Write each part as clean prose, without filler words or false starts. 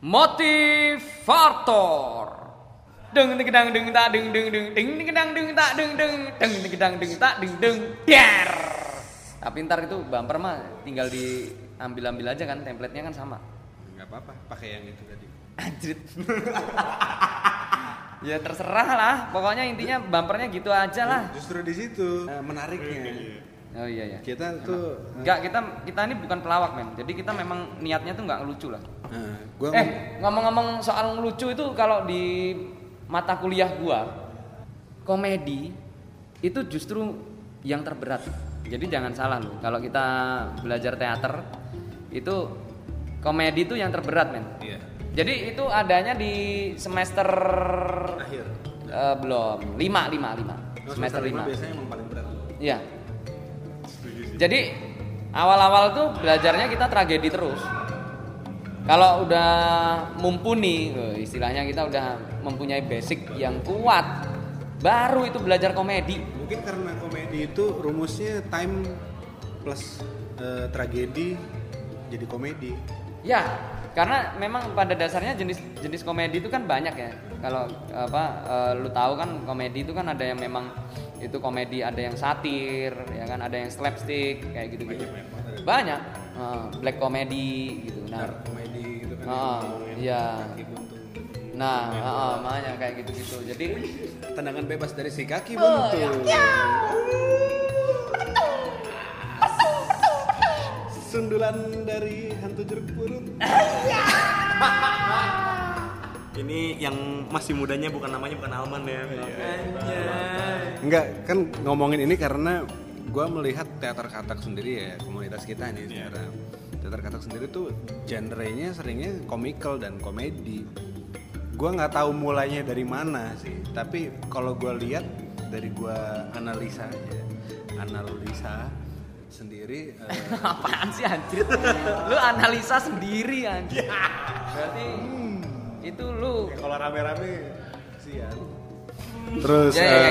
motivator. Deng deng deng deng tak deng deng deng deng deng deng deng tak deng deng deng deng deng deng tak deng deng der. Tapi ntar itu bumper mah tinggal diambil aja kan, template-nya kan sama. Enggak apa-apa, pakai yang itu tadi. Anjrit. Ya terserah lah, pokoknya intinya bumpernya gitu aja lah. Justru di situ menariknya. Oh iya. Kita tuh enggak, kita ini bukan pelawak men. Jadi kita memang niatnya tuh nggak ngelucu lah. Ngomong-ngomong soal ngelucu itu, kalau di mata kuliah gua, komedi itu justru yang terberat. Jadi jangan salah loh, kalau kita belajar teater itu komedi itu yang terberat men. Iya. Jadi itu adanya di semester akhir. Belum, 5. Semester 5. Biasanya emang paling berat. Iya. Jadi awal-awal tuh belajarnya kita tragedi terus. Kalau udah mumpuni, istilahnya kita udah mempunyai basic yang kuat, baru itu belajar komedi. Mungkin karena komedi itu rumusnya time plus tragedi jadi komedi. Ya, karena memang pada dasarnya jenis komedi itu kan banyak ya. Kalau lu tahu kan komedi itu kan ada yang memang itu komedi, ada yang satir, ya kan, ada yang slapstick kayak gitu-gitu. Banyak. Black comedy gitu. Nah, dark comedy gitu kan. Iya. Nah, makanya kayak gitu-gitu. Jadi tendangan bebas dari si kaki buntu. Sundulan dari hantu jeruk purut. Ini yang masih mudanya namanya bukan Alman ya. Enggak, kan ngomongin ini karena gue melihat teater katak sendiri ya, komunitas kita nih sekarang. Teater katak sendiri tuh genrenya seringnya komikal dan komedi. Gue nggak tahu mulainya dari mana sih, tapi kalau gue lihat dari gue analisa sendiri. apaan sih anjir? Lu analisa sendiri anjir. Berarti itu lu kalau rame-rame sian. Terus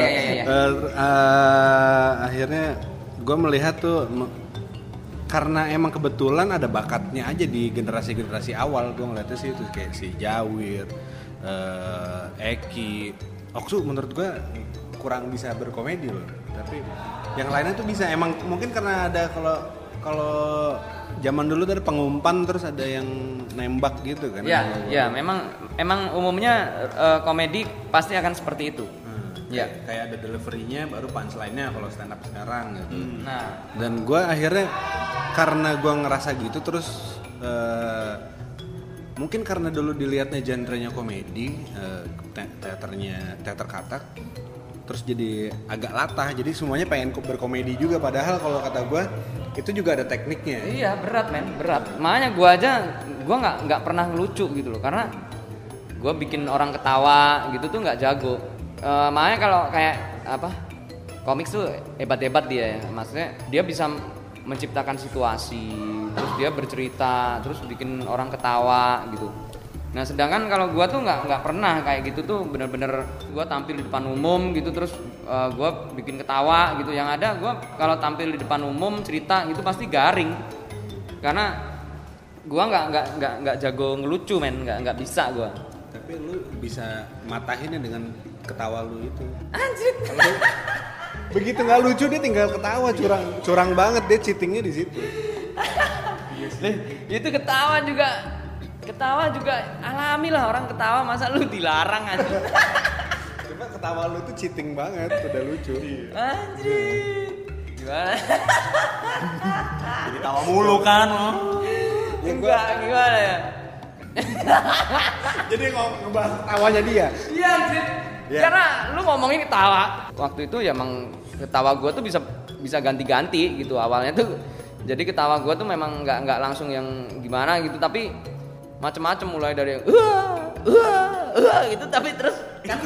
akhirnya gue melihat tuh karena emang kebetulan ada bakatnya aja di generasi awal. Gue ngeliatnya sih itu kayak si Jawir, Eki, Oksu menurut gue kurang bisa berkomedi loh. Tapi yang lainnya tuh bisa. Emang mungkin karena ada kalau zaman dulu ada pengumpan, terus ada yang nembak gitu kan. Ya, memang umumnya komedi pasti akan seperti itu. Ya, kayak ada delivery-nya baru punchline-nya kalau stand up sekarang gitu. Nah, dan gue akhirnya karena gue ngerasa gitu, terus mungkin karena dulu dilihatnya genrenya komedi, teater katak, terus jadi agak latah, jadi semuanya pengen berkomedi juga, padahal kalau kata gue itu juga ada tekniknya. Iya, berat. Makanya gue nggak pernah ngelucu gitu loh, karena gue bikin orang ketawa gitu tuh nggak jago. Makanya kalau kayak komik tuh hebat dia ya, maksudnya dia bisa menciptakan situasi, terus dia bercerita, terus bikin orang ketawa gitu. Nah, sedangkan kalau gue tuh nggak pernah kayak gitu tuh, bener-bener gue tampil di depan umum gitu, terus gue bikin ketawa gitu. Yang ada gue kalau tampil di depan umum cerita gitu pasti garing, karena gue nggak jago ngelucu men, nggak bisa gue. Tapi lu bisa matahinnya dengan ketawa lu itu. Anjir. Begitu nggak lucu dia tinggal ketawa, curang banget dia cheatingnya di situ. Itu ketawa juga alami lah, orang ketawa, masa lu dilarang aja. Coba ketawa lu tuh cheating banget, udah lucu. Anjir. Gimana? Jadi tawa mulu kan. Gimana ya? Jadi ngebahas ketawanya dia. Iya anjir. Yeah. Karena lu ngomongin ketawa. Waktu itu ya emang ketawa gue tuh bisa ganti-ganti gitu awalnya tuh. Jadi ketawa gue tuh memang nggak langsung yang gimana gitu, tapi macem-macem, mulai dari gitu, tapi terus kan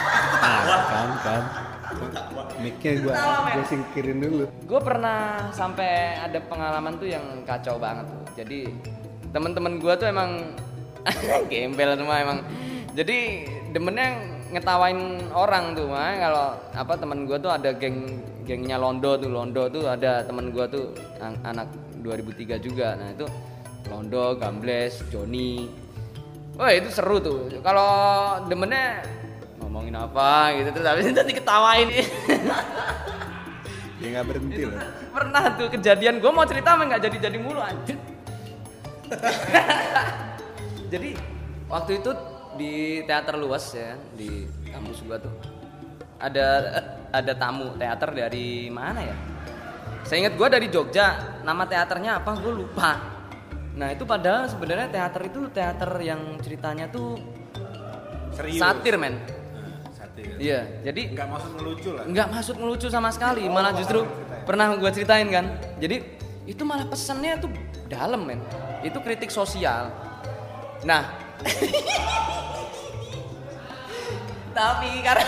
mic-nya gue singkirin dulu. Gue pernah sampai ada pengalaman tuh yang kacau banget tuh. Jadi teman-teman gue tuh emang gembel semua emang. Jadi demennya ngetawain orang tuh, kalau teman gue tuh ada gengnya Londo tuh ada teman gue tuh anak 2003 juga. Nah itu Londo, Gambles, Joni, Wah itu seru tuh. Kalau demennya ngomongin apa gitu terus habis itu diketawain. Ya nggak berhenti loh. Pernah tuh kejadian, gue mau cerita emang nggak jadi mulu anjir. Jadi waktu itu di teater luas ya di kampus gua tuh ada tamu teater dari mana ya? Saya ingat gua dari Jogja, nama teaternya apa gue lupa. Nah itu padahal sebenarnya teater itu teater yang ceritanya tuh Serius. satir men. Satir. Iya, jadi Nggak maksud ngelucu lah. nggak maksud ngelucu sama sekali, malah justru pernah gue ceritain kan. Jadi itu malah pesannya tuh dalam men. Itu kritik sosial. Nah, tapi karena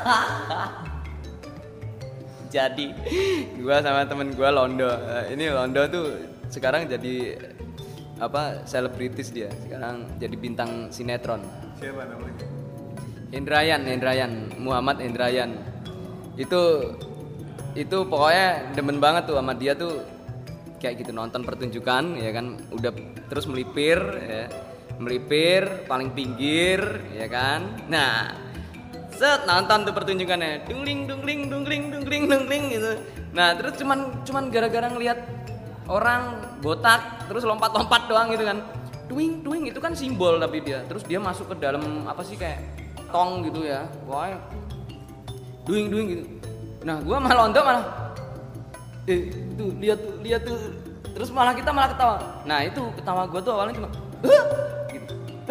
jadi gue sama temen gue Londo, ini Londo tuh sekarang jadi apa selebritis dia. Sekarang jadi bintang sinetron. Siapa namanya? Indrayan, Muhammad Indrayan. Itu pokoknya demen banget tuh sama dia tuh kayak gitu nonton pertunjukan ya kan udah terus melipir paling pinggir ya kan. Nah, set nonton tuh pertunjukannya dungling gitu. Nah, terus cuman gara-gara ngelihat orang botak terus lompat-lompat doang gitu kan. Duing itu kan simbol tapi dia. Terus dia masuk ke dalam apa sih kayak tong gitu ya. Wah. Duing gitu. Nah, gua malah Londo malah tuh lihat tuh. Terus kita malah ketawa. Nah, itu ketawa gua tuh awalnya cuma gitu.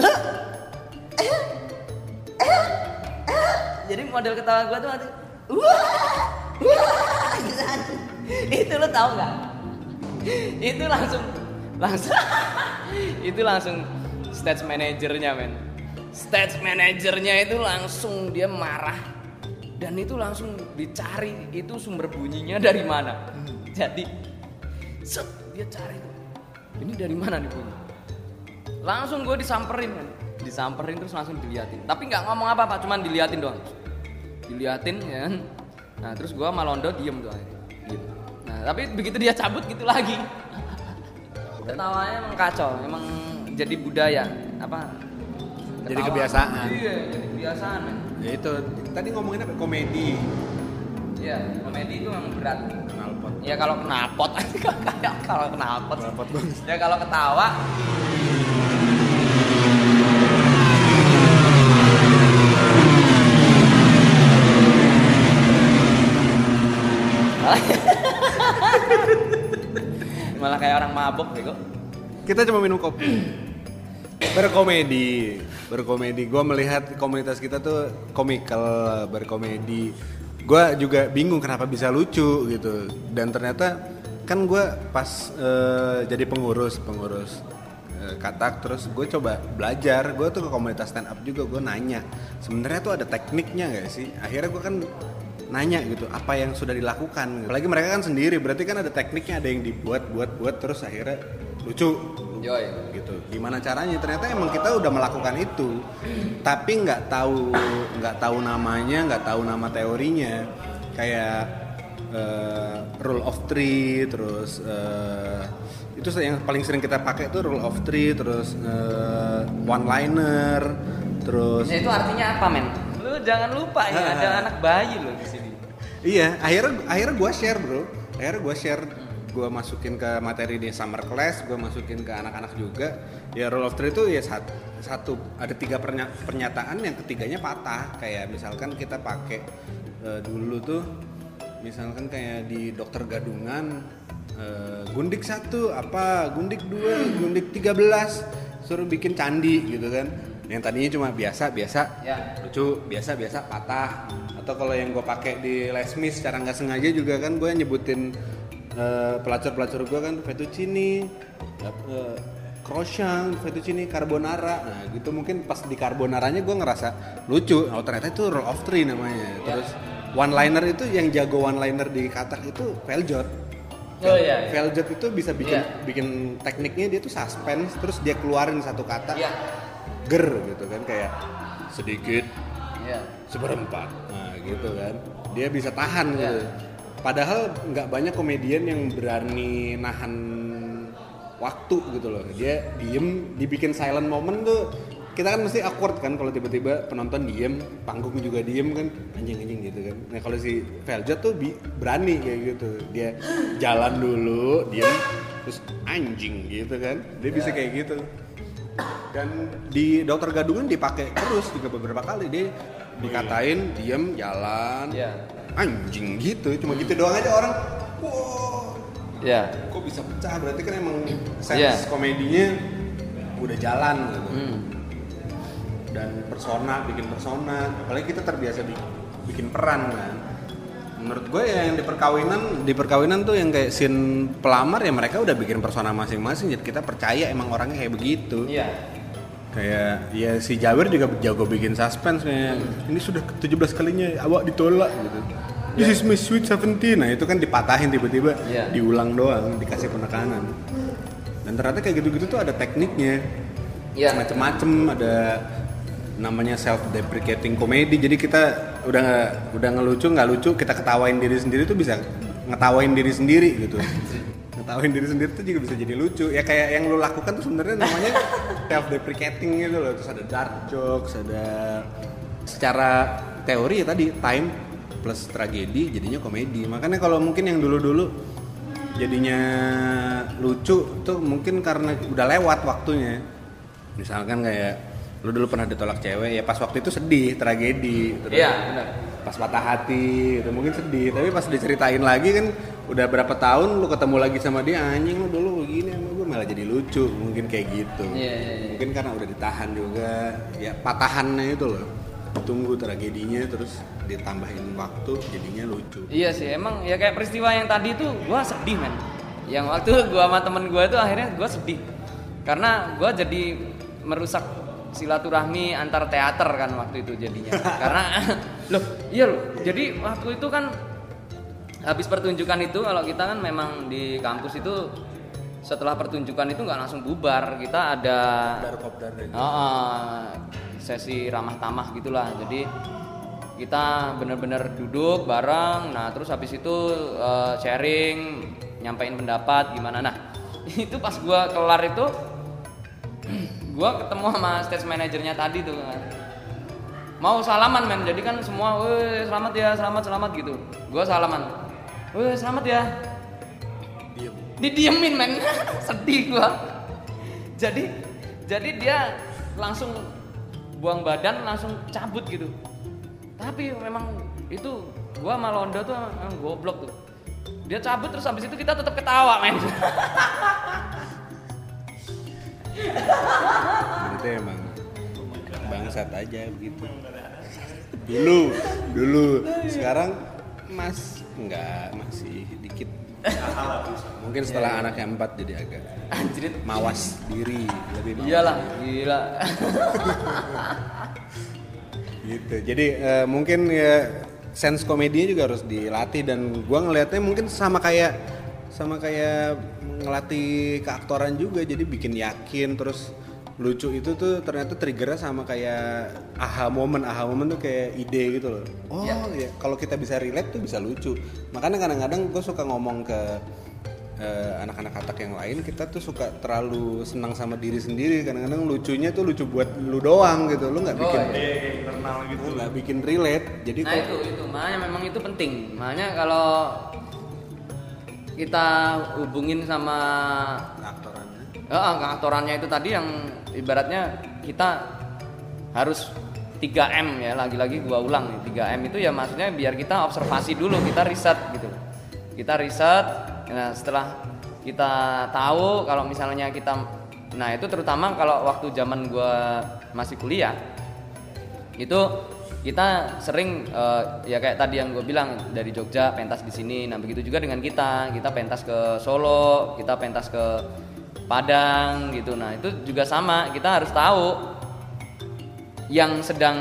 Jadi model ketawa gua tuh gitu. Itu lo tahu enggak? Itu langsung itu langsung stage manajernya men. Stage manajernya itu langsung dia marah dan itu langsung dicari itu sumber bunyinya dari mana. Jadi set dia cari tuh. Ini dari mana nih bunyi? Langsung gue disamperin kan. Disamperin terus langsung diliatin. Tapi nggak ngomong apa-apa, cuman diliatin doang. Diliatin ya kan. Nah, terus gue sama Londo diem tuh akhirnya. Diem. Nah, tapi begitu dia cabut gitu lagi. Ketawanya emang kacau, emang jadi budaya apa? Jadi Ketawa. kebiasaan. Iya, jadi kebiasaan men. Ya itu tadi ngomongin apa? Komedi. Iya, komedi itu memang berat. Knalpot. Ya kalau knalpot, kalau knalpot, Knalpot bagus. ya kalau ketawa. Malah kayak orang mabok bego. Kita cuma minum kopi. Berkomedi. Gue melihat komunitas kita tuh komikal, berkomedi. Gue juga bingung kenapa bisa lucu gitu. Dan ternyata kan gue pas jadi pengurus Katak, terus gue coba belajar. Gue tuh ke komunitas stand up juga, gue nanya. Sebenarnya tuh ada tekniknya nggak sih? Akhirnya gue kan nanya gitu apa yang sudah dilakukan. Apalagi mereka kan sendiri, berarti kan ada tekniknya, ada yang dibuat terus akhirnya lucu. Joy. Gitu. Gimana caranya? Ternyata emang kita udah melakukan itu, tapi nggak tahu namanya, nggak tahu nama teorinya. Kayak rule of three, terus itu yang paling sering kita pakai tuh rule of three, terus one liner, terus. Ya itu artinya apa men? Lu jangan lupa ya ada anak bayi lo di sini. Iya, akhirnya gue share bro. Gue masukin ke materi di summer class, gue masukin ke anak-anak juga. Ya rule of three itu ya satu ada 3 pernyataan, yang ketiganya patah. Kayak misalkan kita pakai dulu tuh, misalkan kayak di dokter gadungan, gundik 1 apa, gundik 2, gundik 13, suruh bikin candi gitu kan. Yang tadinya cuma biasa ya. Lucu, biasa patah. Atau kalau yang gue pakai di Les Mis secara nggak sengaja juga kan, gue nyebutin pelacur gue kan fettuccine, croissant, fettuccine carbonara. Nah gitu, mungkin pas di carbonaranya gue ngerasa lucu. Oh ternyata itu rule of three namanya. Terus one liner itu, yang jago one liner di Katak itu Veljot. Iya. Veljot itu bisa bikin tekniknya, dia tuh suspense, terus dia keluarin satu kata. Iya. Ger gitu kan, kayak sedikit, Iya. seperempat, nah gitu kan, dia bisa tahan gitu. Padahal nggak banyak komedian yang berani nahan waktu gitu loh. Dia diem, dibikin silent moment tuh kita kan mesti awkward kan kalau tiba-tiba penonton diem, panggung juga diem kan, anjing gitu kan. Nah kalau si Veljot tuh berani kayak gitu, dia jalan dulu, diem, terus anjing gitu kan, dia bisa kayak gitu. Dan di Dokter Gadungan dipakai terus juga beberapa kali, dia dikatain diem, jalan, anjing gitu, cuma gitu doang aja orang, wow, kok bisa pecah, berarti kan emang sense komedinya udah jalan gitu. Dan bikin persona, apalagi kita terbiasa bikin peran kan. Menurut gue ya yang di perkawinan tuh yang kayak scene pelamar ya mereka udah bikin persona masing-masing, jadi kita percaya emang orangnya kayak begitu. Kayak ya si Jawir juga jago bikin suspense kayak ini sudah ke-17 kalinya awak ditolak gitu. This is my sweet 17. Nah itu kan dipatahin tiba-tiba, diulang doang, dikasih penekanan. Dan ternyata kayak gitu-gitu tuh ada tekniknya. Macem-macem, ada namanya self deprecating comedy. Jadi kita udah ngelucu nggak lucu, kita ketawain diri sendiri tuh bisa ngetawain diri sendiri gitu. Ngetawain diri sendiri tuh juga bisa jadi lucu. Ya kayak yang lu lakukan tuh sebenarnya namanya self deprecating gitu loh. Terus ada dark jokes, ada secara teori ya tadi time plus tragedi jadinya komedi. Makanya kalau mungkin yang dulu-dulu jadinya lucu tuh mungkin karena udah lewat waktunya. Misalkan kayak lu dulu pernah ditolak cewek ya pas waktu itu sedih, tragedi, terus benar. Pas patah hati itu mungkin sedih, tapi pas diceritain lagi kan udah berapa tahun lu ketemu lagi sama dia, anjing lu dulu begini sama gue, malah jadi lucu, mungkin kayak gitu. Mungkin karena udah ditahan juga ya, patahannya itu loh, tunggu tragedinya terus ditambahin waktu jadinya lucu. Iya sih, emang ya kayak peristiwa yang tadi tuh gua sedih men. Yang waktu gua sama temen gua tuh akhirnya gua sedih karena gua jadi merusak silaturahmi antar teater kan waktu itu jadinya. Karena loh jadi waktu itu kan habis pertunjukan itu, kalau kita kan memang di kampus itu setelah pertunjukan itu nggak langsung bubar, kita ada sesi ramah tamah gitulah. Jadi kita benar-benar duduk bareng, nah terus habis itu sharing, nyampein pendapat gimana. Nah itu pas gua kelar itu gue ketemu sama stage manajernya tadi tuh kan. Mau salaman men, jadi kan semua selamat ya, selamat gitu. Gue salaman, selamat ya, didiemin men. Sedih gue. Jadi dia langsung buang badan, langsung cabut gitu. Tapi memang itu gue sama Londo tuh goblok tuh. Dia cabut terus habis itu kita tetap ketawa men. Berarti emang bangsat aja begitu. Dulu sekarang masih dikit. Mungkin setelah anaknya 4 jadi agak anjrit, mawas diri, lebih mawas. Iyalah, diri. Gila. Gitu. Jadi mungkin ya sense komedinya juga harus dilatih, dan gua ngelihatnya mungkin sama kayak ngelatih keaktoran juga, jadi bikin yakin. Terus lucu itu tuh ternyata triggernya sama kayak aha moment tuh kayak ide gitu loh. Ya kalau kita bisa relate tuh bisa lucu. Makanya kadang-kadang gue suka ngomong ke anak-anak katak yang lain, kita tuh suka terlalu senang sama diri sendiri. Kadang-kadang lucunya tuh lucu buat lu doang gitu, lu nggak bikin internal gitu, nggak bikin relate. Jadi nah itu makanya memang itu penting. Makanya kalau kita hubungin sama keaktorannya itu tadi, yang ibaratnya kita harus 3M ya, lagi-lagi gua ulang nih, 3M itu ya maksudnya biar kita observasi dulu, kita riset gitu. Kita riset, nah setelah kita tahu kalau misalnya nah itu terutama kalau waktu zaman gua masih kuliah itu kita sering ya kayak tadi yang gue bilang, dari Jogja pentas di sini. Nah begitu juga dengan kita pentas ke Solo, kita pentas ke Padang gitu. Nah itu juga sama, kita harus tahu yang sedang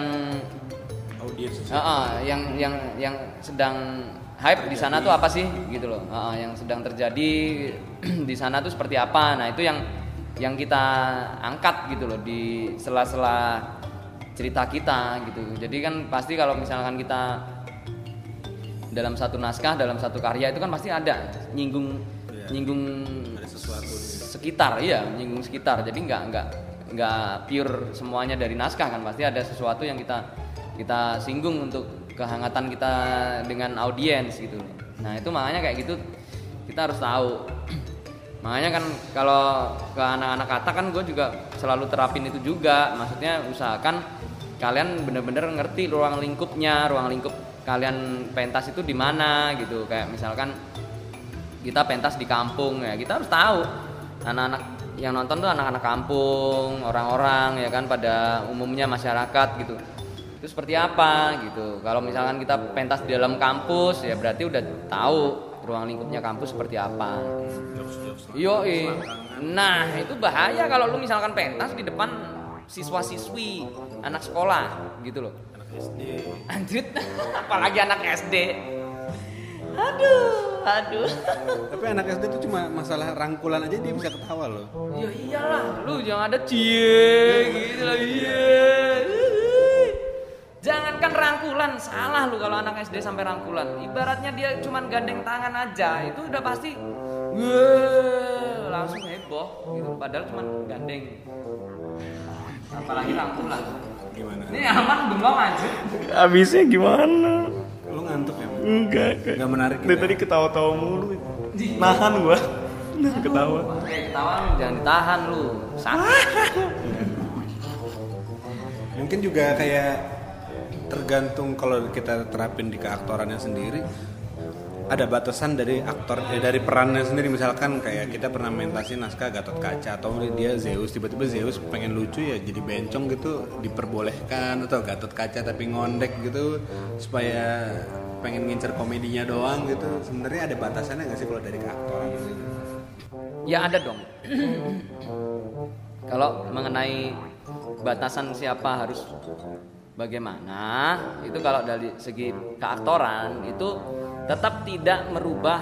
yang sedang hype di sana tuh apa sih gitu loh. Yang sedang terjadi di sana tuh seperti apa. Nah itu yang kita angkat gitu loh di sela-sela cerita kita gitu. Jadi kan pasti kalau misalkan kita dalam satu naskah, dalam satu karya itu kan pasti ada nyinggung ada sesuatu sekitar, nyinggung sekitar. Jadi nggak nggak pure semuanya dari naskah kan, pasti ada sesuatu yang kita singgung untuk kehangatan kita dengan audiens gitu. Nah itu makanya kayak gitu kita harus tahu. Makanya kan kalau ke anak-anak kata kan gue juga selalu terapin itu juga. Maksudnya usahakan kalian bener-bener ngerti ruang lingkup kalian pentas itu di mana gitu. Kayak misalkan kita pentas di kampung ya, kita harus tahu anak-anak yang nonton tuh anak-anak kampung, orang-orang ya kan, pada umumnya masyarakat gitu. Itu seperti apa gitu. Kalau misalkan kita pentas di dalam kampus ya berarti udah tahu ruang lingkupnya kampus seperti apa. Yoi. Nah itu bahaya kalau lu misalkan pentas di depan siswa-siswi anak sekolah gitu loh. Anak SD. Anjir, apalagi anak SD. Aduh. Tapi anak SD itu cuma masalah rangkulan aja dia bisa ketawa loh. Ya iyalah, lu jangan ada cie gitu lah. Jangankan rangkulan, salah lu kalau anak SD sampai rangkulan. Ibaratnya dia cuma gandeng tangan aja, itu udah pasti langsung heboh gitu. Padahal cuma gandeng. Apalagi rangkulan. Gimana? Ini aman bengong aja. Abisnya gimana? Lu ngantuk ya? Enggak. Nggak menarik Dari gitu tadi ketawa-tawa mulu. Nahan gua. Ketawa. Ketawa lu jangan ditahan lu. Sakit. Mungkin juga kayak tergantung kalau kita terapin di keaktorannya sendiri, ada batasan dari aktor dari perannya sendiri. Misalkan kayak kita pernah mentasin naskah Gatot Kaca atau dia Zeus, tiba-tiba Zeus pengen lucu ya jadi bencong gitu diperbolehkan, atau Gatot Kaca tapi ngondek gitu supaya pengen ngincer komedinya doang gitu. Sebenarnya ada batasannya nggak sih kalau dari keaktoran sendiri? Ya ada dong. Kalau mengenai batasan siapa harus bagaimana, itu kalau dari segi keaktoran itu tetap tidak merubah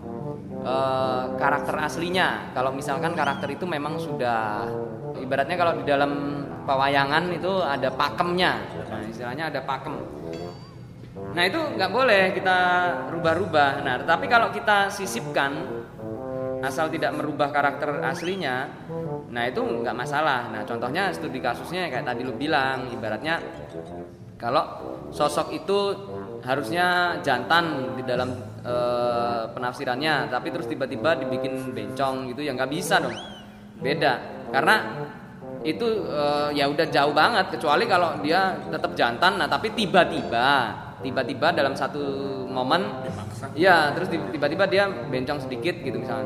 karakter aslinya. Kalau misalkan karakter itu memang sudah, ibaratnya kalau di dalam pewayangan itu ada pakemnya, nah istilahnya ada pakem. Nah itu nggak boleh kita rubah-rubah. Nah tapi kalau kita sisipkan asal tidak merubah karakter aslinya, nah itu nggak masalah. Nah contohnya studi kasusnya kayak tadi lu bilang, ibaratnya kalau sosok itu harusnya jantan di dalam penafsirannya, tapi terus tiba-tiba dibikin bencong gitu, ya nggak bisa dong, beda. Karena itu ya udah jauh banget, kecuali kalau dia tetap jantan, nah tapi tiba-tiba dalam satu momen, ya terus tiba-tiba dia bencong sedikit gitu misalnya.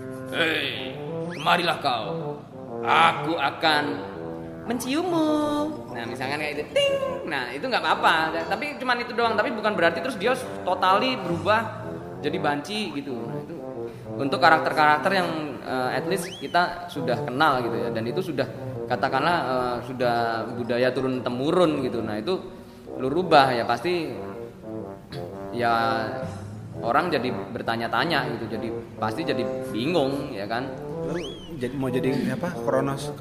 Kemarilah kau, aku akan menciummu. Nah misalkan kayak itu, ting. Nah itu nggak apa-apa, tapi cuman itu doang. Tapi bukan berarti terus dia totally berubah jadi banci gitu. Nah itu untuk karakter-karakter yang at least kita sudah kenal gitu ya, dan itu sudah katakanlah sudah budaya turun temurun gitu. Nah itu lu rubah ya pasti ya orang jadi bertanya-tanya gitu, jadi pasti jadi bingung ya kan. Lu mau jadi apa? Kronos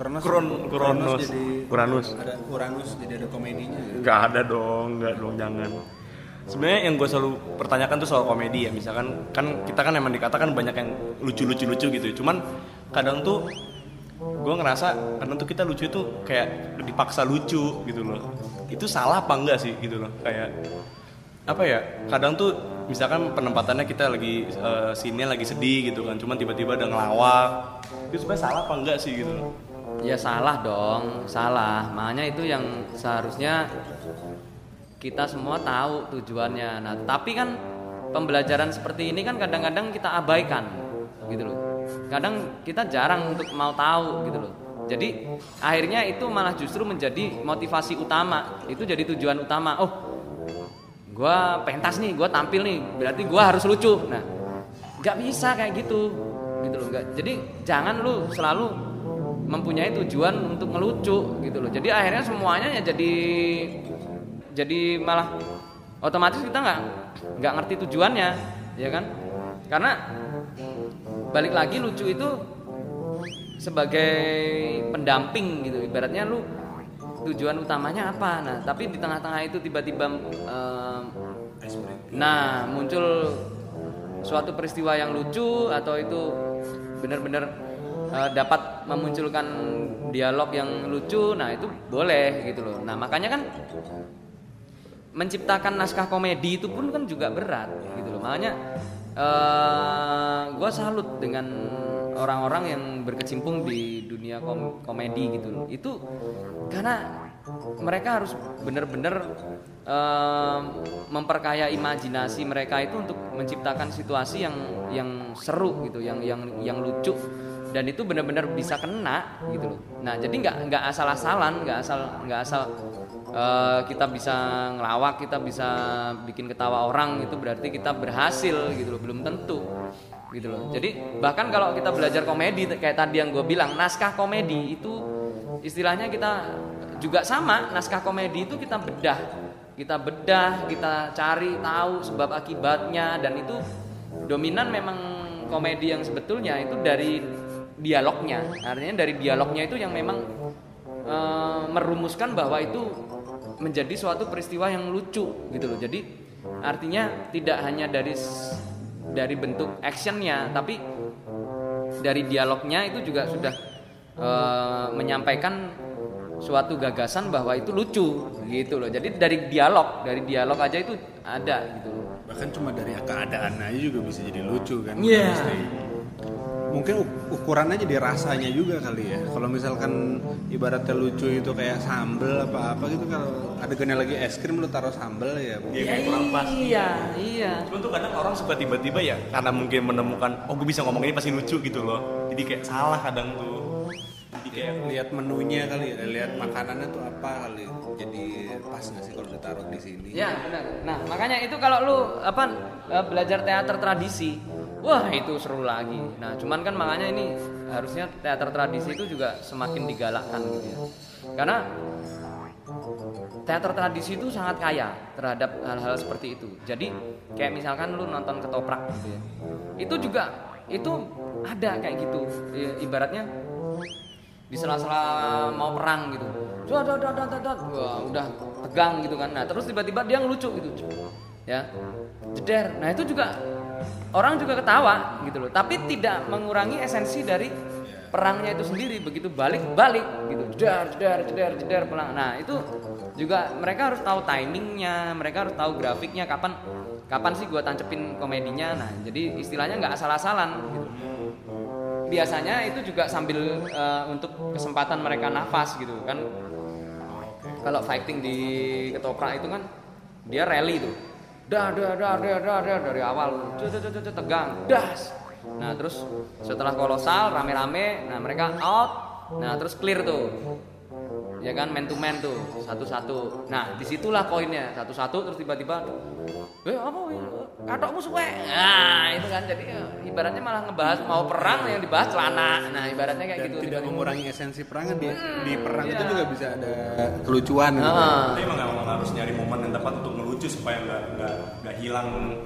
jadi Uranus. Ada Uranus jadi ada komedinya. Enggak ada dong, jangan. Sebenarnya yang gue selalu pertanyakan tuh soal komedi ya, misalkan kan kita kan emang dikatakan banyak yang lucu gitu. Cuman kadang tuh gue ngerasa kadang tuh kita lucu itu kayak dipaksa lucu gitu loh. Itu salah apa enggak sih gitu loh? Kayak apa ya? Kadang tuh misalkan penempatannya kita lagi scene-nya lagi sedih gitu kan, cuman tiba-tiba ada ngelawak. Itu sebenarnya salah apa enggak sih gitu loh? Ya salah dong, salah. Makanya itu yang seharusnya kita semua tahu tujuannya. Nah, tapi kan pembelajaran seperti ini kan kadang-kadang kita abaikan gitu loh. Kadang kita jarang untuk mau tahu gitu loh. Jadi akhirnya itu malah justru menjadi motivasi utama. Itu jadi tujuan utama. Oh, gua pentas nih, gua tampil nih, berarti gua harus lucu. Nah, nggak bisa kayak gitu loh. Jadi jangan lu selalu mempunyai tujuan untuk ngelucu gitu loh. Jadi akhirnya semuanya ya jadi malah otomatis kita nggak ngerti tujuannya, ya kan? Karena balik lagi lucu itu sebagai pendamping gitu. Ibaratnya lu tujuan utamanya apa? Nah, tapi di tengah-tengah itu tiba-tiba muncul suatu peristiwa yang lucu atau itu benar-benar dapat memunculkan dialog yang lucu, nah itu boleh gitu loh. Nah makanya kan menciptakan naskah komedi itu pun kan juga berat gitu loh. Makanya gue salut dengan orang-orang yang berkecimpung di dunia komedi gitu loh. Itu karena mereka harus benar-benar memperkaya imajinasi mereka itu untuk menciptakan situasi yang seru gitu, yang lucu, dan itu benar-benar bisa kena gitu loh. Nah jadi nggak asal-asalan, nggak asal kita bisa ngelawak, kita bisa bikin ketawa orang, itu berarti kita berhasil gitu loh, belum tentu gitu loh. Jadi bahkan kalau kita belajar komedi kayak tadi yang gue bilang, naskah komedi itu istilahnya kita juga sama, naskah komedi itu kita bedah, kita cari tahu sebab akibatnya, dan itu dominan memang komedi yang sebetulnya itu dari dialognya. Artinya dari dialognya itu yang memang merumuskan bahwa itu menjadi suatu peristiwa yang lucu gitu loh. Jadi artinya tidak hanya dari bentuk actionnya, tapi dari dialognya itu juga sudah menyampaikan suatu gagasan bahwa itu lucu gitu loh. Jadi dari dialog aja itu ada gitu loh. Bahkan cuma dari keadaan aja juga bisa jadi lucu kan. Iya. Mungkin ukurannya jadi rasanya juga kali ya. Kalau misalkan ibaratnya lucu itu kayak sambel apa gitu, kalau adegannya lagi es krim lu taruh sambel ya. Kayak kurang pas. Iya. Cuma tuh kadang orang suka tiba-tiba ya karena mungkin menemukan gue bisa ngomong ini pasti lucu gitu loh. Jadi kayak salah kadang tuh. Jadi kayak lihat menunya kali ya, lihat makanannya tuh apa kali. Jadi pas nggak sih kalau ditaruh di sini? Ya benar. Nah makanya itu kalau lu belajar teater tradisi, wah itu seru lagi. Nah cuman kan makanya ini harusnya teater tradisi itu juga semakin digalakkan gitu ya. Karena teater tradisi itu sangat kaya terhadap hal-hal seperti itu. Jadi kayak misalkan lu nonton ketoprak gitu ya, itu juga itu ada kayak gitu. Ibaratnya di sela-sela mau perang gitu, wah udah tegang gitu kan. Nah terus tiba-tiba dia ngelucu gitu, ya jeder. Nah itu juga orang juga ketawa gitu loh, tapi tidak mengurangi esensi dari perangnya itu sendiri. Begitu balik gitu, jeder pelang. Nah itu juga mereka harus tahu timingnya, mereka harus tahu grafiknya, kapan sih gua tancepin komedinya. Nah jadi istilahnya nggak asal-asalan gitu. Biasanya itu juga sambil untuk kesempatan mereka nafas gitu kan. Kalau fighting di ketoprak itu kan dia rally tuh, dari awal tegang, das. Nah terus setelah kolosal rame-rame, nah mereka out, nah terus clear tuh, ya kan, man to man tuh, satu-satu. Nah disitulah poinnya, satu-satu terus tiba-tiba apa katokmu suwe. Nah itu kan, jadi ibaratnya malah ngebahas mau perang yang dibahas celana. Nah ibaratnya kayak dan gitu. Tidak mengurangi esensi perang. Di perang itu juga bisa ada kelucuan gitu. Tapi emang harus nyari momen yang tepat untuk ngelucu supaya nggak hilang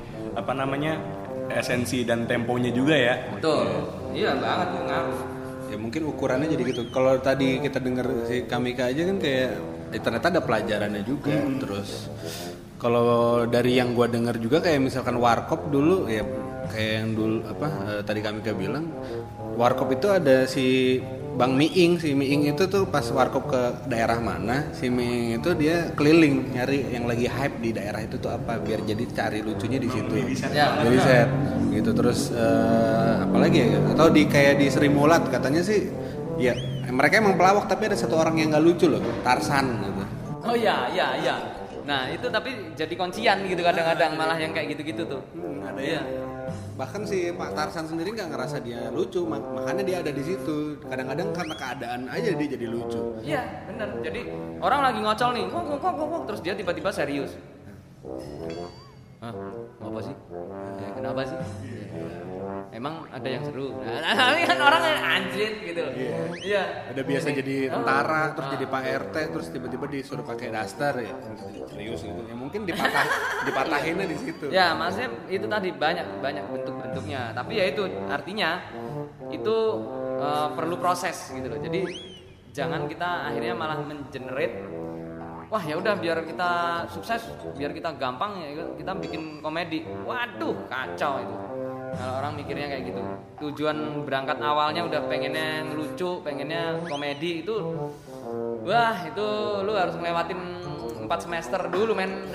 esensi dan temponya juga ya. Betul. Iya banget tuh ngaruh. Ya mungkin ukurannya jadi gitu. Kalau tadi kita dengar si Kamika aja kan kayak ternyata ada pelajarannya juga. Terus kalau dari yang gua dengar juga kayak misalkan Warkop dulu ya, kayak yang dulu tadi Kamika bilang, Warkop itu ada si Bang Miing. Si Miing itu tuh pas Warkop ke daerah mana, si Miing itu dia keliling nyari yang lagi hype di daerah itu tuh apa, biar jadi cari lucunya di situ. Jadi set gitu. Terus apalagi ya, atau kayak di Sri Mulat katanya sih ya mereka emang pelawak tapi ada satu orang yang nggak lucu loh, Tarsan gitu. Oh iya. Nah itu tapi jadi kuncian gitu kadang-kadang, malah yang kayak gitu-gitu tuh. Ada ya. Bahkan si Pak Tarsan sendiri nggak ngerasa dia lucu, makanya dia ada di situ. Kadang-kadang karena keadaan aja dia jadi lucu. Iya benar. Jadi orang lagi ngocol nih, kok, terus dia tiba-tiba serius. Hah? Apa sih? Ya, kenapa sih? Emang ada yang seru. Nah, kan orang anjrit gitu loh. Iya. Ada biasa jadi tentara, terus jadi Pak RT, terus tiba-tiba disuruh pakai daster ya. Serius gitu. Ya mungkin dipatahinnya di situ. Ya, maksudnya itu tadi banyak bentuk-bentuknya. Tapi ya itu artinya itu perlu proses gitu loh. Jadi jangan kita akhirnya malah mengenerate, wah ya udah biar kita sukses, biar kita gampang ya kita bikin komedi. Waduh, kacau itu. Kalau orang mikirnya kayak gitu. Tujuan berangkat awalnya udah pengennya ngelucu, pengennya komedi itu, wah itu lu harus ngelewatin 4 semester dulu men.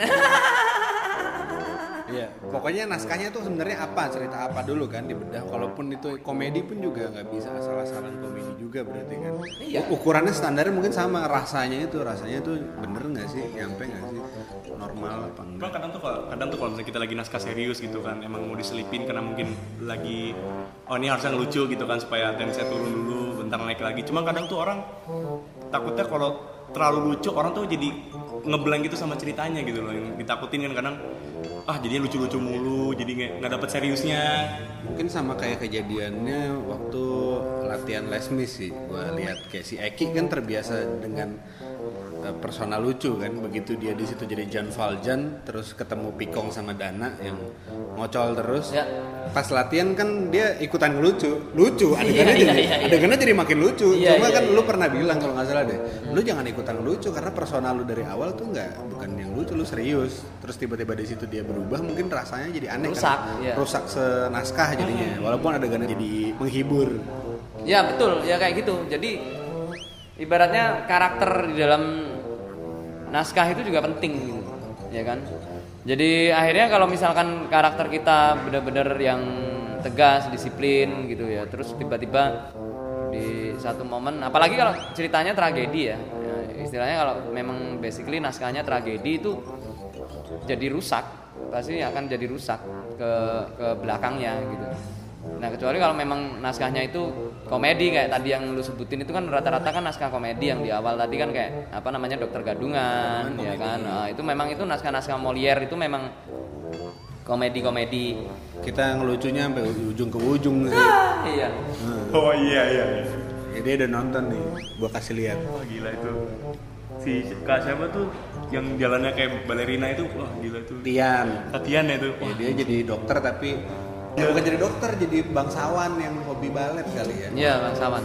Iya, pokoknya naskahnya tuh sebenarnya apa, cerita apa dulu kan dibedah. Kalaupun itu komedi pun juga nggak bisa asal-asalan komedi juga berarti kan. Iya. Ukurannya standarnya mungkin sama, rasanya tuh bener nggak sih, nyampe nggak sih, normal apa enggak? Bang, kadang tuh kalau misalnya kita lagi naskah serius gitu kan, emang mau diselipin karena mungkin lagi ini harusnya ngelucu gitu kan supaya tensinya turun dulu, bentar naik lagi. Cuma kadang tuh orang takutnya kalau terlalu lucu orang tuh jadi ngeblank gitu sama ceritanya gitu loh, yang ditakutin kan kadang jadinya lucu-lucu mulu, jadi nggak dapet seriusnya. Mungkin sama kayak kejadiannya waktu latihan Les Mis sih, gua lihat kayak si Eki kan terbiasa dengan persona lucu kan, begitu dia di situ jadi John Valjean, terus ketemu Pikong sama Dana yang ngocol terus. Ya. Pas latihan kan dia ikutan ngelucu, adegannya jadi makin lucu. Cuma kan lu pernah bilang kalau nggak salah deh, lu jangan ikutan ngelucu karena persona lu dari awal tuh bukan yang lucu, lu serius. Terus tiba-tiba di situ dia berubah, mungkin rasanya jadi aneh rusak senaskah jadinya. Walaupun adegannya jadi menghibur. Ya betul, ya kayak gitu. Jadi ibaratnya karakter di dalam naskah itu juga penting gitu, ya kan? Jadi akhirnya kalau misalkan karakter kita benar-benar yang tegas, disiplin gitu ya, terus tiba-tiba di satu momen, apalagi kalau ceritanya tragedi ya, istilahnya kalau memang basically naskahnya tragedi itu jadi rusak, pasti akan jadi rusak ke belakangnya gitu. Nah kecuali kalau memang naskahnya itu komedi kayak tadi yang lu sebutin itu kan rata-rata kan naskah komedi yang di awal tadi kan kayak apa namanya Dokter Gadungan ya kan. Nah, itu memang itu naskah-naskah Molière itu memang komedi-komedi. Kita ngelucunya sampai ujung ke ujung sih. Iya. Oh iya. Ya, dia udah nonton nih, gua kasih lihat. Wah gila itu. Si Kak siapa tuh yang jalannya kayak balerina itu, wah gila tuh. Tatian ya itu. Ya, dia jadi dokter tapi bukan jadi dokter, jadi bangsawan yang hobi balet kali ya. Iya, bangsawan.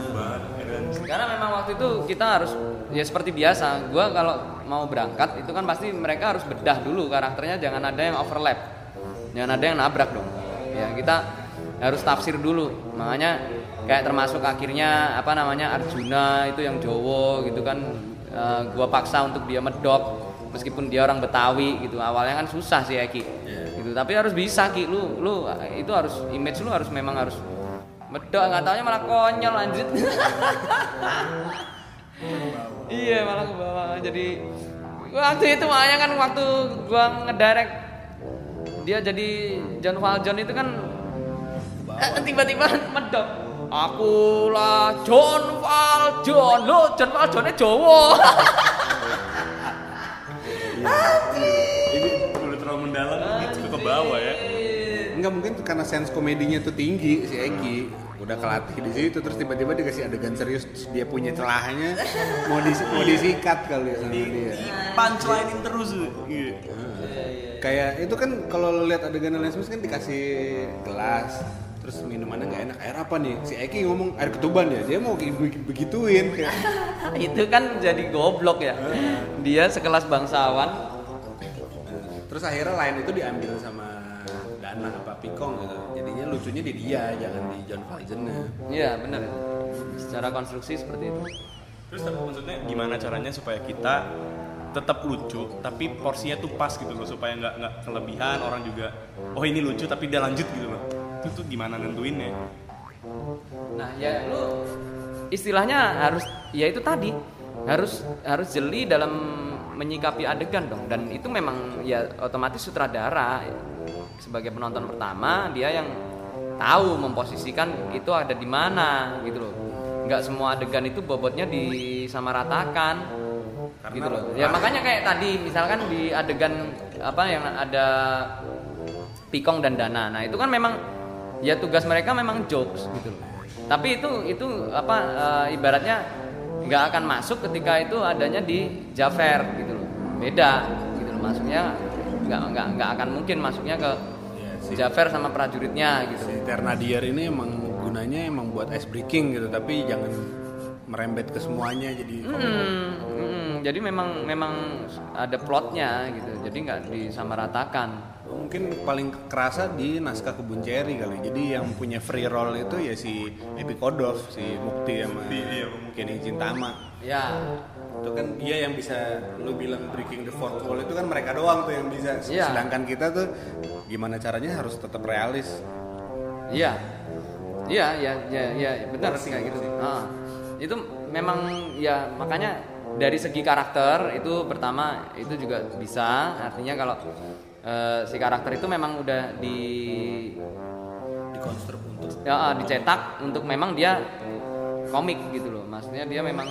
Karena memang waktu itu kita harus ya seperti biasa. Gua kalau mau berangkat itu kan pasti mereka harus bedah dulu karakternya, jangan ada yang overlap. Jangan ada yang nabrak dong. Ya, kita harus tafsir dulu. Makanya kayak termasuk akhirnya apa namanya Arjuna itu yang Jowo gitu kan, gua paksa untuk dia medok meskipun dia orang Betawi gitu. Awalnya kan susah sih Eki. Gitu. Tapi harus bisa Ki, lu itu harus image lu harus memang harus medok, nggak taunya malah konyol anjir. Iya malah ke bawah. Jadi waktu itu makanya kan waktu gua ngedirect dia jadi John Valjean itu kan tiba-tiba medok. Akulah John Valjean, lo John Valjeannya Jowo. Ini udah terlalu mendalam gitu ke bawah ya. Enggak, mungkin karena sense komedinya tuh tinggi si Eki, udah kelatih di situ, terus tiba-tiba dikasih adegan serius, terus dia punya celahnya mau disikat kali ya sama dia. Punchline-in terus gitu. Kayak itu kan kalau lo lihat adegan Les Mis kan dikasih gelas, terus minumannya nggak enak, air apa nih? Si Eki ngomong air ketuban ya, dia mau begituin kayak. Itu kan jadi goblok ya. Dia sekelas bangsawan. Terus akhirnya lain itu diambil sama Dana apa Pikong gitu. Jadinya lucunya di dia, jangan di John Valjean-nya. Iya benar. Secara konstruksi seperti itu. Terus maksudnya gimana caranya supaya kita tetap lucu tapi porsinya tuh pas gitu loh, supaya nggak kelebihan, orang juga oh ini lucu tapi dia lanjut gitu loh. Itu tuh gimana nentuinnya? Nah ya lu istilahnya harus ya itu tadi harus jeli dalam menyikapi adegan dong, dan itu memang ya otomatis sutradara sebagai penonton pertama dia yang tahu memposisikan itu ada di mana gitu loh. Nggak semua adegan itu bobotnya disamaratakan. Karena gitu loh. Ya makanya kayak tadi misalkan di adegan apa yang ada Pikong dan Dana. Nah, itu kan memang ya tugas mereka memang jokes gitu loh. Tapi itu apa ibaratnya nggak akan masuk ketika itu adanya di Jafar gitu loh. Beda gitu loh. Masuknya nggak akan mungkin masuknya ke Jafar sama prajuritnya gitu. Si Ternadier ini emang gunanya emang buat ice breaking gitu, tapi jangan merembet ke semuanya jadi Jadi memang ada plotnya gitu. Jadi nggak disamaratakan. Mungkin paling kerasa di naskah Kebun Ceri kali. Jadi yang punya free roll itu ya si Epi Kodov, si Mukti sama Kenny Cintama. Ya. Itu kan dia yang bisa lu bilang breaking the fourth wall itu kan mereka doang tuh yang bisa. Ya. Sedangkan kita tuh gimana caranya harus tetap realis. Iya. Iya, benar kayak gitu. Itu memang ya makanya dari segi karakter itu pertama itu juga bisa, artinya kalau si karakter itu memang udah Dikonstruk untuk dicetak untuk memang dia komik gitu loh. Maksudnya dia memang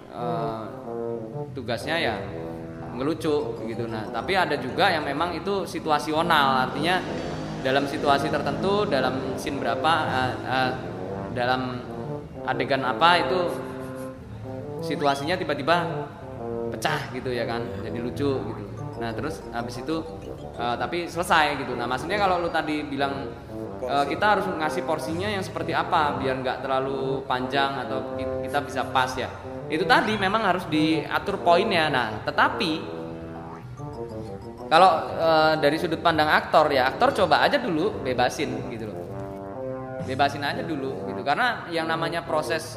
tugasnya ya ngelucu gitu. Nah, tapi ada juga yang memang itu situasional, artinya dalam situasi tertentu, dalam scene berapa, dalam adegan apa itu situasinya tiba-tiba pecah gitu ya kan, jadi lucu gitu. Nah terus habis itu tapi selesai gitu. Nah maksudnya kalau lu tadi bilang kita harus ngasih porsinya yang seperti apa biar nggak terlalu panjang atau kita bisa pas ya. Itu tadi memang harus diatur poinnya. Nah tetapi kalau dari sudut pandang aktor ya, aktor coba aja dulu bebasin gitu loh. Bebasin aja dulu gitu. Karena yang namanya proses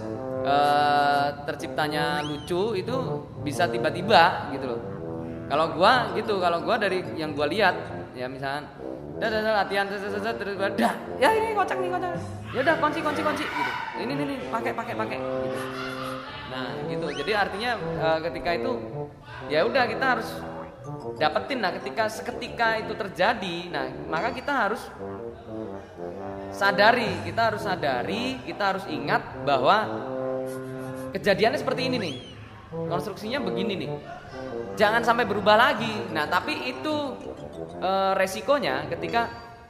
terciptanya lucu itu bisa tiba-tiba gitu loh. Kalau gua dari yang gua lihat ya misalkan latihan terus ya ini kocak nih. Ya udah kunci gitu. Ini pakai gitu. Nah, gitu. Jadi artinya ketika itu ya udah kita harus dapetin. Nah, seketika itu terjadi, nah maka kita harus sadari, kita harus ingat bahwa kejadiannya seperti ini nih, konstruksinya begini nih, jangan sampai berubah lagi. Nah tapi itu resikonya ketika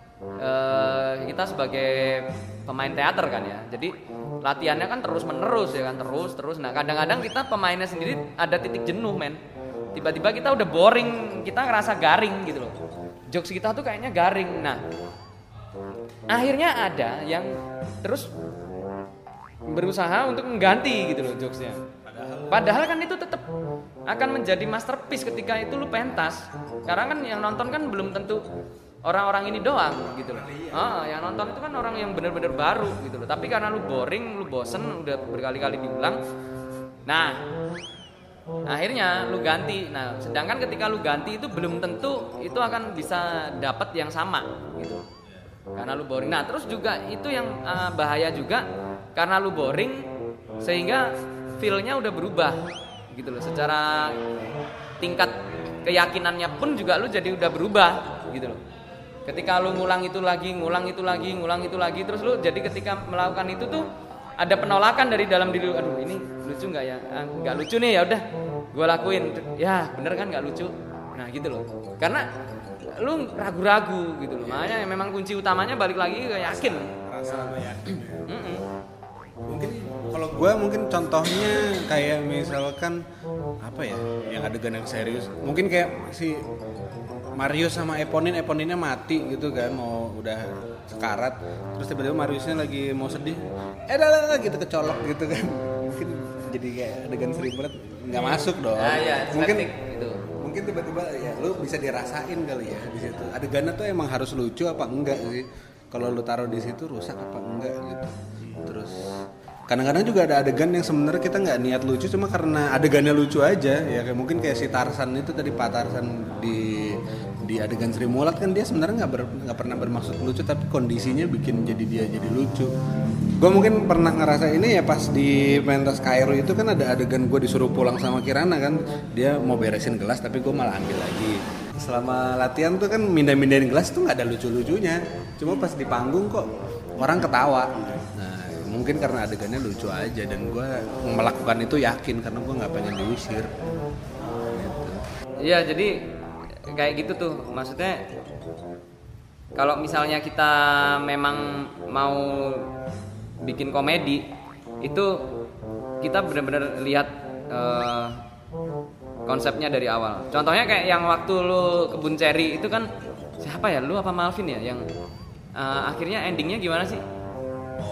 kita sebagai pemain teater kan ya, jadi latihannya kan terus menerus ya kan, terus. Nah kadang-kadang kita pemainnya sendiri ada titik jenuh men, tiba-tiba kita udah boring, kita ngerasa garing gitu loh, jokes kita tuh kayaknya garing. Nah akhirnya ada yang terus berusaha untuk mengganti gitu loh jokesnya. Padahal kan itu tetap akan menjadi masterpiece ketika itu lu pentas. Karena kan yang nonton kan belum tentu orang-orang ini doang gitu loh. Yang nonton itu kan orang yang benar-benar baru gitu loh. Tapi karena lu boring, lu bosen, udah berkali-kali diulang. Nah, akhirnya lu ganti. Nah, sedangkan ketika lu ganti itu belum tentu itu akan bisa dapat yang sama gitu. Karena lu boring. Nah, terus juga itu yang bahaya juga. Karena lu boring sehingga feel-nya udah berubah gitu loh. Secara tingkat keyakinannya pun juga lu jadi udah berubah gitu loh. Ketika lu ngulang itu lagi, terus lu jadi ketika melakukan itu tuh ada penolakan dari dalam diri lu. Aduh, ini lucu enggak ya? Enggak lucu nih, ya udah gua lakuin. Ya, bener kan enggak lucu. Nah, gitu loh. Karena lu ragu-ragu gitu loh. Makanya memang kunci utamanya balik lagi ke yakin. Rasa sama yakin. Mungkin kalau gue contohnya kayak misalkan apa ya, yang adegan yang serius, mungkin kayak si Marius sama Eponinnya mati gitu kan, mau udah sekarat, terus tiba-tiba Mariusnya lagi mau sedih, dah gitu kecolok gitu kan, mungkin jadi kayak adegan sering banget nggak masuk dong. Mungkin tiba-tiba ya lu bisa dirasain kali ya di situ. Adegannya tuh emang harus lucu apa enggak sih? Kalau lu taruh di situ rusak apa enggak gitu. Terus kadang-kadang juga ada adegan yang sebenarnya kita nggak niat lucu, cuma karena adegannya lucu aja ya, kayak mungkin kayak si Tarsan itu tadi, Pak Tarsan di adegan Sri Mulat kan dia sebenarnya nggak pernah bermaksud lucu, tapi kondisinya bikin jadi dia jadi lucu. Gue mungkin pernah ngerasa ini ya pas di pentas Kairo itu kan ada adegan gue disuruh pulang sama Kirana kan, dia mau beresin gelas tapi gue malah ambil lagi. Selama latihan tuh kan mindahin gelas tuh nggak ada lucu-lucunya, cuma pas di panggung kok orang ketawa. Nah mungkin karena adegannya lucu aja, dan gue melakukan itu yakin karena gue nggak pengen diusir gitu. Iya, jadi kayak gitu tuh, maksudnya kalau misalnya kita memang mau bikin komedi itu kita benar-benar lihat konsepnya dari awal. Contohnya kayak yang waktu lu Kebun Ceri itu kan, siapa ya, lu apa Malvin ya, yang akhirnya endingnya gimana sih?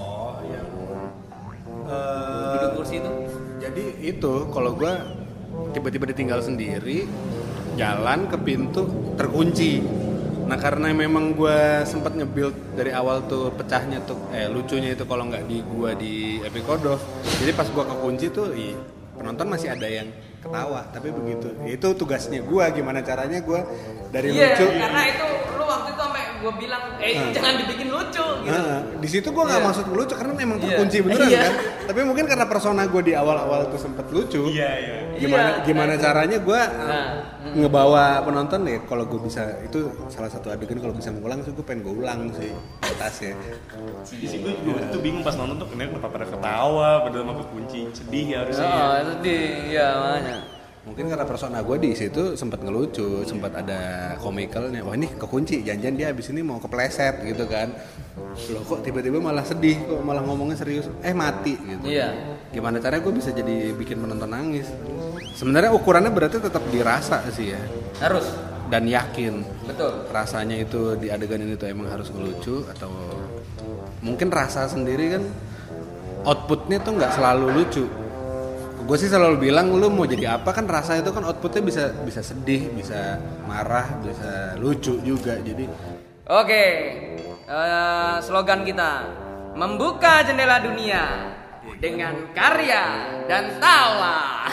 Yang duduk kursi itu. Jadi itu kalau gue tiba-tiba ditinggal sendiri, jalan ke pintu terkunci. Nah karena memang gue sempat nge-build dari awal tuh pecahnya tuh lucunya itu kalau nggak di gue di Epic Code of, jadi pas gue kekunci tuh penonton masih ada yang ketawa, tapi begitu itu tugasnya gue, gimana caranya gue dari lucu. Karena itu lu waktu itu sampai gue bilang jangan dibikin lucu gitu. Di situ gue nggak maksud lucu karena memang terkunci beneran kan, tapi mungkin karena persona gue di awal-awal tuh sempet lucu. Gimana caranya gue ngebawa penonton ya, kalau gue bisa, itu salah satu adegan kalau bisa ngulang sih gue pengen gue ulang sih atasnya. Di sini gue tuh bingung pas nonton tuh kenapa pada ketawa padahal mau kunci, sedih ya harusnya. Sedih, iya makanya. Mungkin karena persona gue di situ sempat ngelucu, sempat ada komikalnya. Wah ini kekunci, jangan-jangan dia abis ini mau kepleset gitu kan. Loh kok tiba-tiba malah sedih, kok malah ngomongnya serius, mati gitu. Iya. Gimana caranya gue bisa jadi bikin penonton nangis? Sebenarnya ukurannya berarti tetap dirasa sih ya. Harus. Dan yakin. Betul. Rasanya itu di adegan ini tuh emang harus ngelucu, atau mungkin rasa sendiri kan outputnya tuh nggak selalu lucu. Gue sih selalu bilang lu mau jadi apa kan, rasa itu kan outputnya bisa sedih, bisa marah, bisa lucu juga. Jadi oke, slogan kita membuka jendela dunia dengan karya dan tawa.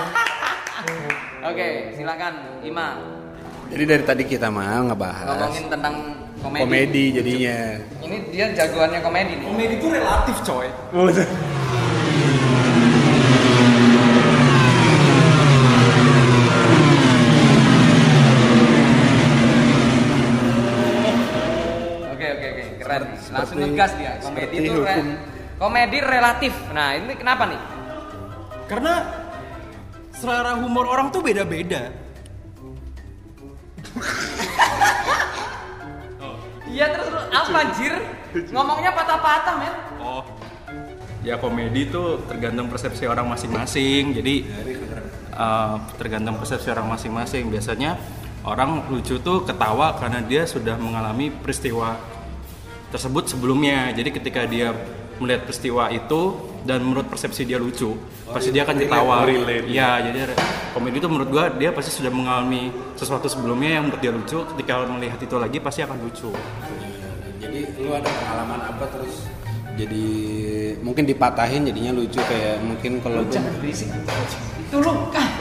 Oke, silakan Ima. jadi dari tadi kita mah ngebahas Ngomongin tentang komedi. komedi jadinya. Ini dia jagoannya komedi nih. Komedi itu relatif coy. Oke, keren nih. Langsung ngegas dia. Komedi itu komedi relatif. Nah, ini kenapa nih? Karena selera humor orang tuh beda-beda. Iya, terus lu apa anjir? Ngomongnya patah-patah, men. Oh, ya komedi itu tergantung persepsi orang masing-masing. Jadi tergantung persepsi orang masing-masing. Biasanya orang lucu tuh ketawa karena dia sudah mengalami peristiwa tersebut sebelumnya. Jadi ketika dia melihat peristiwa itu dan menurut persepsi dia lucu, pasti dia akan ketawa. Iya, jadi komedi itu menurut gua dia pasti sudah mengalami sesuatu sebelumnya yang menurut dia lucu. Ketika melihat itu lagi pasti akan lucu. Jadi lu ada pengalaman apa terus jadi mungkin dipatahin jadinya lucu, kayak mungkin kalau Itu lu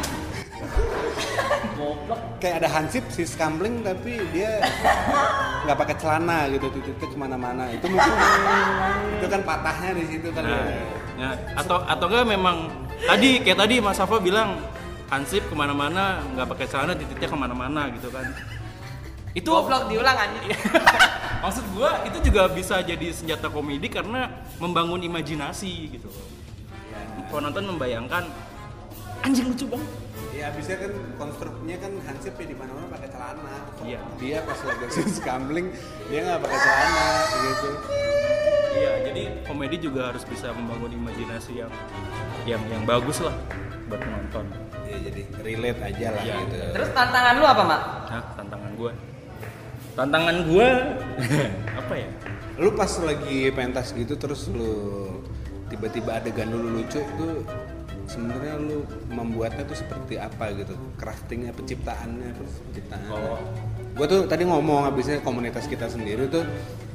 kayak ada Hansip si Scambling tapi dia nggak pakai celana gitu, titik kemana-mana, itu mungkin itu kan patahnya di situ kan. Ya, atau enggak memang kayak tadi Mas Safa bilang Hansip kemana-mana nggak pakai celana, titiknya kemana-mana gitu kan. Itu goblok diulang anjir. Maksud gua itu juga bisa jadi senjata komedi karena membangun imajinasi gitu. Penonton membayangkan anjing lucu banget. Ya abisnya kan konstruknya kan Hansip ya di mana-mana pakai celana. Iya. Dia pas lagi si Scambling dia nggak pakai celana gitu. Iya, jadi komedi juga harus bisa membangun imajinasi yang bagus lah buat penonton. Ya jadi relate aja lah Iya. gitu. Terus tantangan lu apa, Mak? Nah, tantangan gua apa ya? Lu pas lagi pentas gitu terus lu tiba-tiba adegan lu lucu itu sebenarnya lu membuatnya tuh seperti apa gitu, craftingnya, penciptaannya. Gue tuh tadi ngomong abisnya komunitas kita sendiri tuh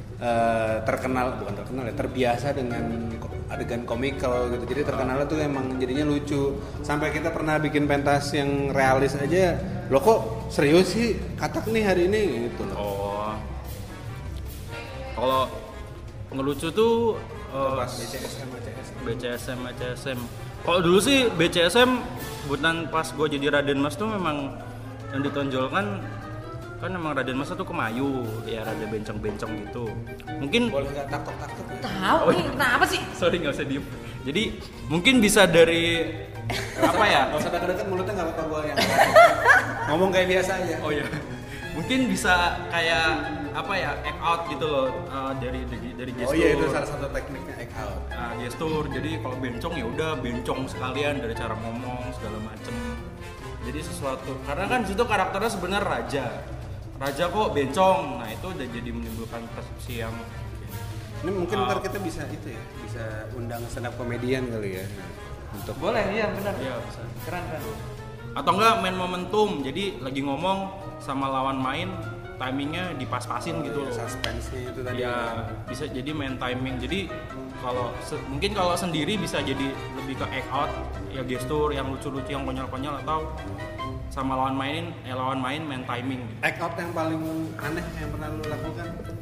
terbiasa dengan adegan komikal gitu, jadi terkenalnya tuh emang jadinya lucu. Sampai kita pernah bikin pentas yang realis aja, lo kok serius sih katak nih hari ini gitu loh. Oh, kalau ngelucu tuh Pas BCSM BCSM. Kalau dulu sih BCSM bukan pas gue jadi Raden Mas tuh memang yang ditonjolkan kan emang Raden Mas tuh kemayu, ya rada bencong-bencong gitu. Mungkin boleh nggak takut Tahu nih, kenapa sih? sorry nggak usah diem. Jadi mungkin bisa dari apa ya? Kalau sudah dekat mulutnya nggak apa-apa, gue yang ngomong kayak biasa aja. Oh ya, mungkin bisa kayak apa ya, act out gitu loh, dari gestur. Oh iya, itu salah satu tekniknya act out. Nah, gestur. Jadi kalau bencong ya udah bencong sekalian dari cara ngomong segala macem. Jadi sesuatu karena kan situ karakternya sebenarnya raja kok bencong. Nah itu udah jadi menimbulkan persepsi yang ini mungkin ntar kita bisa itu ya, bisa undang stand up komedian kali ya untuk Boleh, iya benar. ya bisa. Keren. Atau enggak main momentum, jadi lagi ngomong sama lawan main, timingnya dipas-pasin gitu loh. Suspense-nya itu tadi. Ya bisa jadi main timing. Jadi mungkin kalau sendiri bisa jadi lebih ke act out, ya gestur yang lucu-lucu, yang konyol-konyol, atau sama lawan main main timing. Act out yang paling aneh yang pernah lu lakukan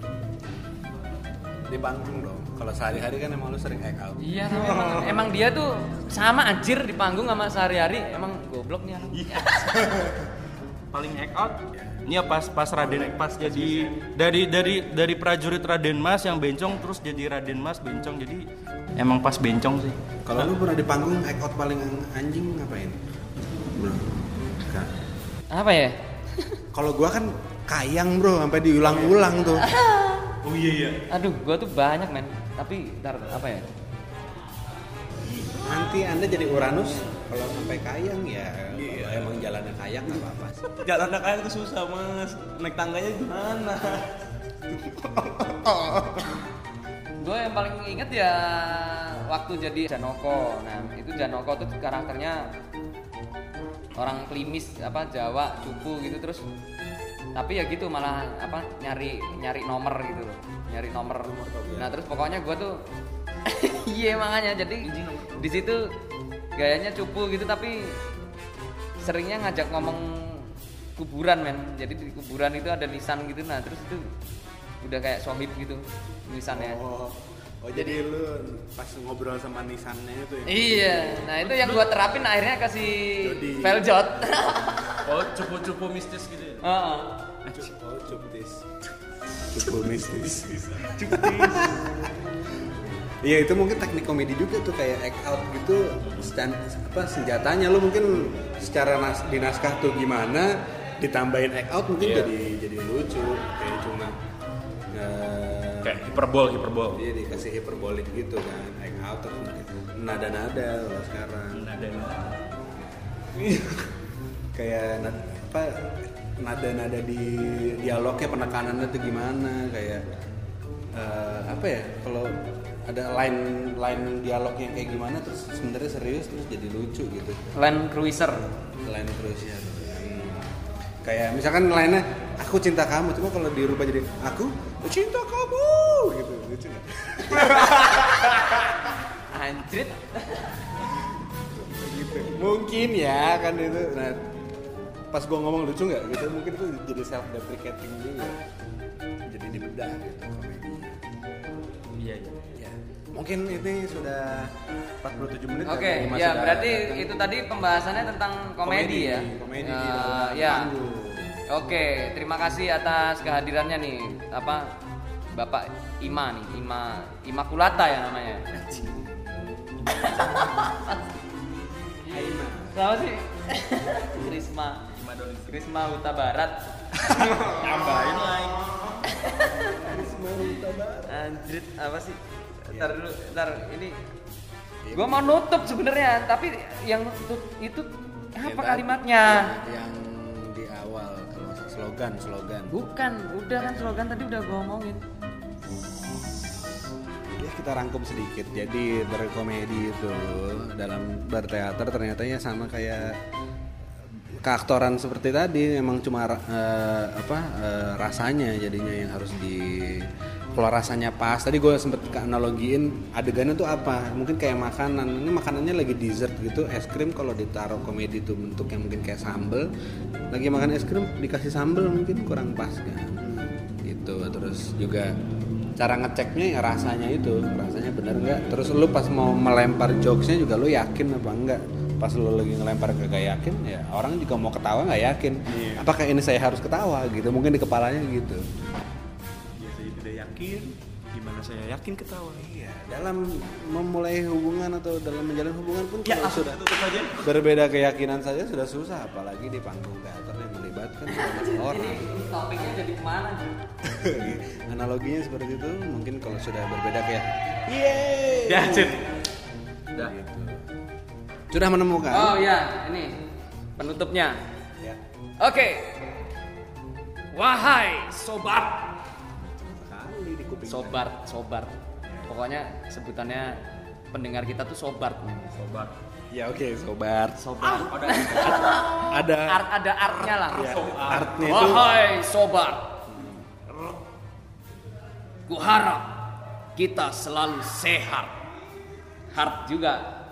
di panggung dong. Kalau sehari-hari kan emang lu sering act out. Iya, emang dia tuh sama anjir di panggung sama sehari-hari, emang goblok nih orang. Paling act out ini ya pas Raden, pas jadi dari prajurit Raden Mas yang bencong terus jadi Raden Mas bencong, jadi emang pas bencong sih. Kalau lu pernah di panggung act out paling anjing ngapain? Belum. Enggak. Apa ya? Kalau gua kan kayang bro, sampai diulang-ulang tuh. Oh iya. Aduh, gua tuh banyak men. Tapi ntar apa ya? Nanti Anda jadi Uranus kalau sampai kayang ya. Kalau emang jalannya kayang nggak apa-apa sih. Jalan kayak itu susah mas, naik tangganya gimana? Gue yang paling inget ya waktu jadi Janoko. Nah itu Janoko tuh karakternya orang klimis apa Jawa cupu gitu, terus tapi ya gitu malah apa nyari nomor gitu loh, nyari nomor. Nah terus pokoknya gue tuh iya makanya jadi di situ gayanya cupu gitu tapi seringnya ngajak ngomong kuburan men. Jadi di kuburan itu ada nisan gitu, nah terus itu udah kayak sohib gitu nisannya. Oh jadi lu pas ngobrol sama nisannya itu ya? Iya, nah itu yang gua terapin akhirnya kasih veljot. Oh cupu-cupu mistis gitu ya? Oh cuptis. Cupu mistis. Iya itu mungkin teknik komedi juga tuh, kayak act out gitu. Senjatanya lu mungkin secara di naskah tuh gimana, ditambahin act out mungkin jadi lucu, kayak cuma kayak hiperbol. Iya dikasih hiperbolik gitu kan, act out terus nada-nada kalau sekarang. Kayak nada-nada di dialognya, penekanannya tuh gimana, kayak apa ya, kalau ada line dialognya kayak gimana terus sebenarnya serius terus jadi lucu gitu. Land Cruiser. Kayak misalkan line-nya aku cinta kamu, cuma kalau dirubah jadi aku cinta kamu gitu, lucu nggak? Anjrit. Gitu. Mungkin ya kan itu. Nah pas gua ngomong lucu nggak gitu, mungkin itu jadi self deprecating juga, jadi dibedah gitu komedi. Iya. Mungkin ini sudah 47 menit. Oke, ya berarti itu tadi pembahasannya tentang komedi ya. Komedi ya. Oke, terima kasih atas kehadirannya nih, apa Bapak Ima nih, Imakulata ya namanya. Siapa sih? Krisma Huta Barat. Tambahin lagi. Krisma Huta Barat. Anjrit, apa sih? Ntar dulu, ini gua mau nutup sebenarnya, tapi yang nutup itu apa kalimatnya? Yang di awal kalau slogan. Bukan, udah kan slogan tadi udah gua ngomongin. Ya kita rangkum sedikit. Jadi berkomedi itu dalam berteater ternyata ya sama kayak keaktoran seperti tadi, memang cuma rasanya jadinya yang harus kalau rasanya pas. Tadi gue sempet analogiin adegannya tuh apa, mungkin kayak makanan. Ini makanannya lagi dessert gitu, es krim. Kalau ditaruh komedi tuh bentuknya mungkin kayak sambel. Lagi makan es krim dikasih sambel mungkin kurang pas kan gitu. Terus juga cara ngeceknya ya rasanya benar nggak. Terus lu pas mau melempar jokesnya juga lu yakin apa enggak. Pas lu lagi ngelempar kagak yakin ya orang juga mau ketawa nggak yakin. Apakah ini saya harus ketawa gitu, mungkin di kepalanya gitu. Gimana saya yakin ketawa? Iya, dalam memulai hubungan atau dalam menjalin hubungan pun Ya, kalau sudah berbeda keyakinan saja sudah susah, apalagi di panggung teater yang melibatkan banyak orang. Ini topiknya jadi kemana? Analoginya seperti itu, mungkin kalau sudah berbeda keyakinan. Ya, Cip. Udah. Gitu. Sudah menemukan. Oh ya, ini penutupnya. Ya. Oke. Wahai sobat. Kali di kuping. Sobat. Pokoknya sebutannya pendengar kita tuh sobat. Sobat. Ya oke, sobat. Ada artnya lah. Ya, artnya itu Wahai sobat, ku harap kita selalu sehat. Heart juga.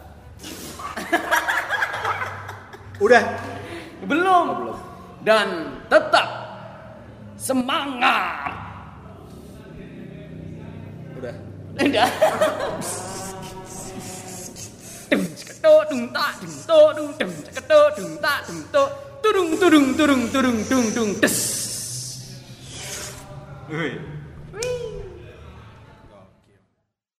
udah. Belum. Dan tetap semangat. Udah. Udah. Wih,